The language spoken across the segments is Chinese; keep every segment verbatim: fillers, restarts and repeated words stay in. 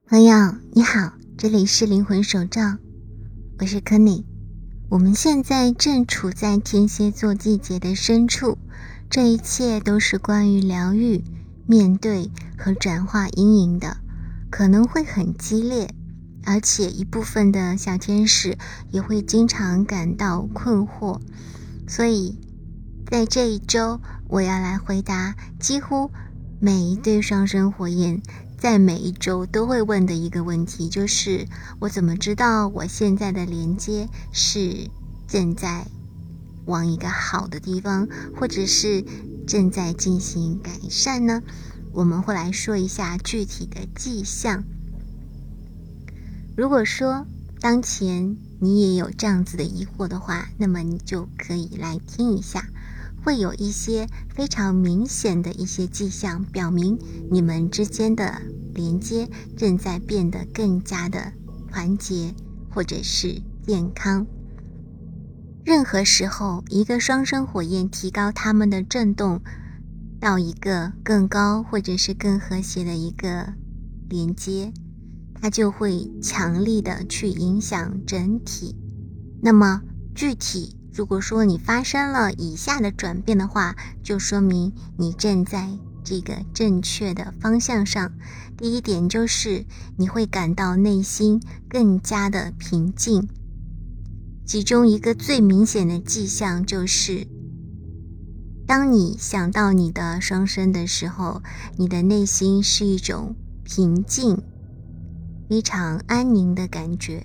朋友你好，这里是灵魂手账，我是柯尼。我们现在正处在天蝎座季节的深处，这一切都是关于疗愈、面对和转化阴影的，可能会很激烈，而且一部分的小天使也会经常感到困惑。所以在这一周，我要来回答几乎每一对双生火焰在每一周都会问的一个问题，就是我怎么知道我现在的连接是正在往一个好的地方，或者是正在进行改善呢？我们会来说一下具体的迹象。如果说当前你也有这样子的疑惑的话，那么你就可以来听一下，会有一些非常明显的一些迹象，表明你们之间的连接正在变得更加的团结或者是健康。任何时候，一个双生火焰提高它们的振动到一个更高或者是更和谐的一个连接，它就会强力的去影响整体。那么具体如果说你发生了以下的转变的话，就说明你正在这个正确的方向上。第一点就是你会感到内心更加的平静，其中一个最明显的迹象就是当你想到你的双生的时候，你的内心是一种平静非常安宁的感觉，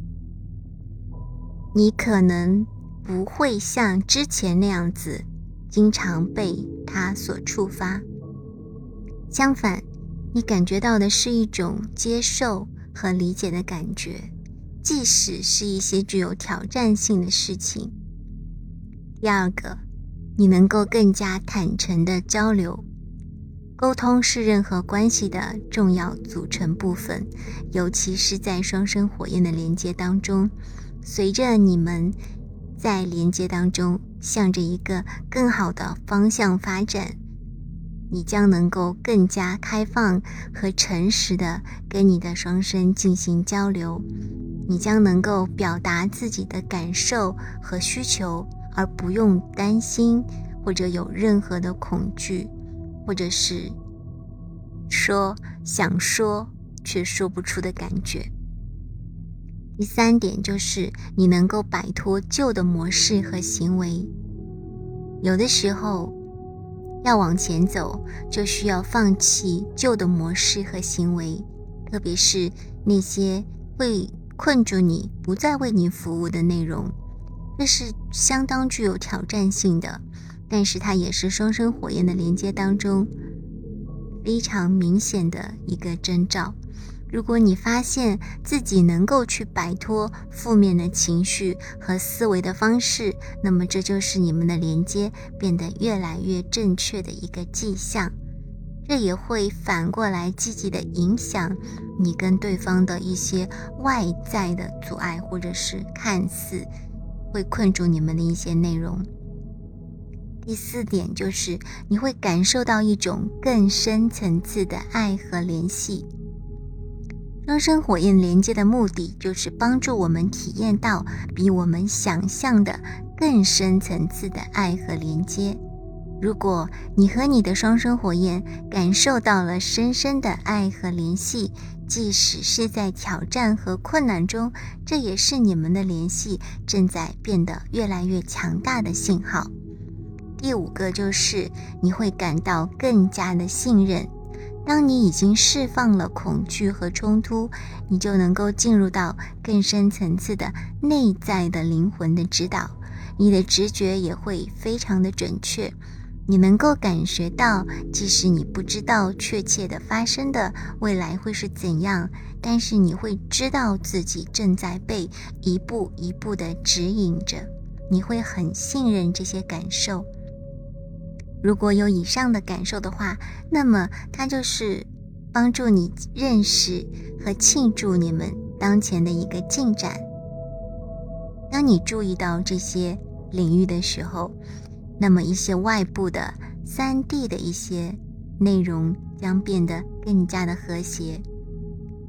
你可能不会像之前那样子经常被它所触发，相反，你感觉到的是一种接受和理解的感觉，即使是一些具有挑战性的事情。第二个，你能够更加坦诚的交流。沟通是任何关系的重要组成部分，尤其是在双生火焰的连接当中。随着你们在连接当中向着一个更好的方向发展，你将能够更加开放和诚实的跟你的双生进行交流，你将能够表达自己的感受和需求，而不用担心或者有任何的恐惧，或者是说想说却说不出的感觉。第三点就是你能够摆脱旧的模式和行为。有的时候要往前走，就需要放弃旧的模式和行为，特别是那些会困住你不再为你服务的内容。这是相当具有挑战性的，但是它也是双生火焰的连接当中非常明显的一个征兆。如果你发现自己能够去摆脱负面的情绪和思维的方式，那么这就是你们的连接变得越来越正确的一个迹象。这也会反过来积极的影响你跟对方的一些外在的阻碍，或者是看似会困住你们的一些内容。第四点就是你会感受到一种更深层次的爱和联系。双生火焰连接的目的就是帮助我们体验到比我们想象的更深层次的爱和连接。如果你和你的双生火焰感受到了深深的爱和联系，即使是在挑战和困难中，这也是你们的联系正在变得越来越强大的信号。第五个就是你会感到更加的信任。当你已经释放了恐惧和冲突，你就能够进入到更深层次的内在的灵魂的指导，你的直觉也会非常的准确。你能够感觉到，即使你不知道确切的发生的未来会是怎样，但是你会知道自己正在被一步一步的指引着，你会很信任这些感受。如果有以上的感受的话，那么它就是帮助你认识和庆祝你们当前的一个进展。当你注意到这些领域的时候，那么一些外部的 三 D 的一些内容将变得更加的和谐。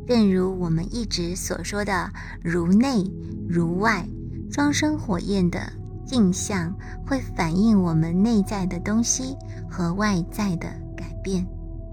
正如我们一直所说的，如内如外，双生火焰的镜像会反映我们内在的东西和外在的改变。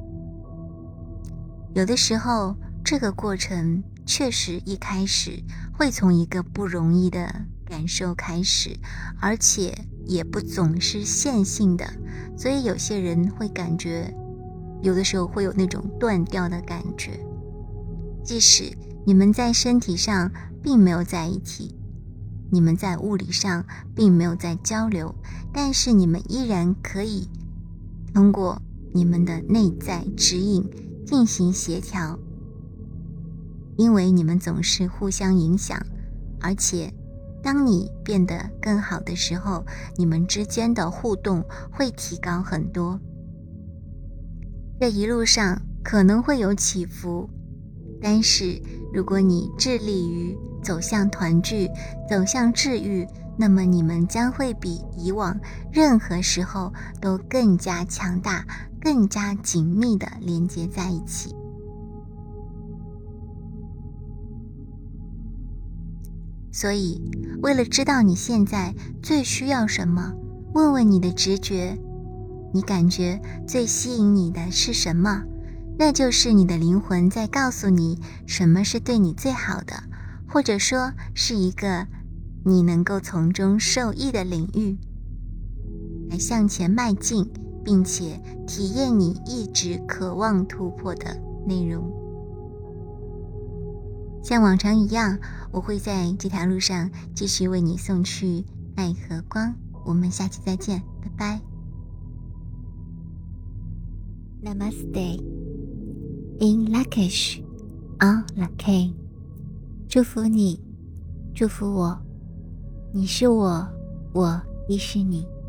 有的时候，这个过程确实一开始会从一个不容易的感受开始，而且也不总是线性的，所以有些人会感觉，有的时候会有那种断掉的感觉。即使你们在身体上并没有在一起，你们在物理上并没有在交流，但是你们依然可以通过你们的内在指引进行协调，因为你们总是互相影响，而且当你变得更好的时候，你们之间的互动会提高很多。这一路上可能会有起伏，但是如果你致力于走向团聚，走向治愈，那么你们将会比以往任何时候都更加强大，更加紧密地连接在一起。所以，为了知道你现在最需要什么，问问你的直觉，你感觉最吸引你的是什么？那就是你的灵魂在告诉你什么是对你最好的，或者说是一个你能够从中受益的领域，来向前迈进，并且体验你一直渴望突破的内容。像往常一样，我会在这条路上继续为你送去爱和光。我们下期再见，拜拜。Namaste in Lakesh on Lake， 祝福你，祝福我，你是我，我亦是你。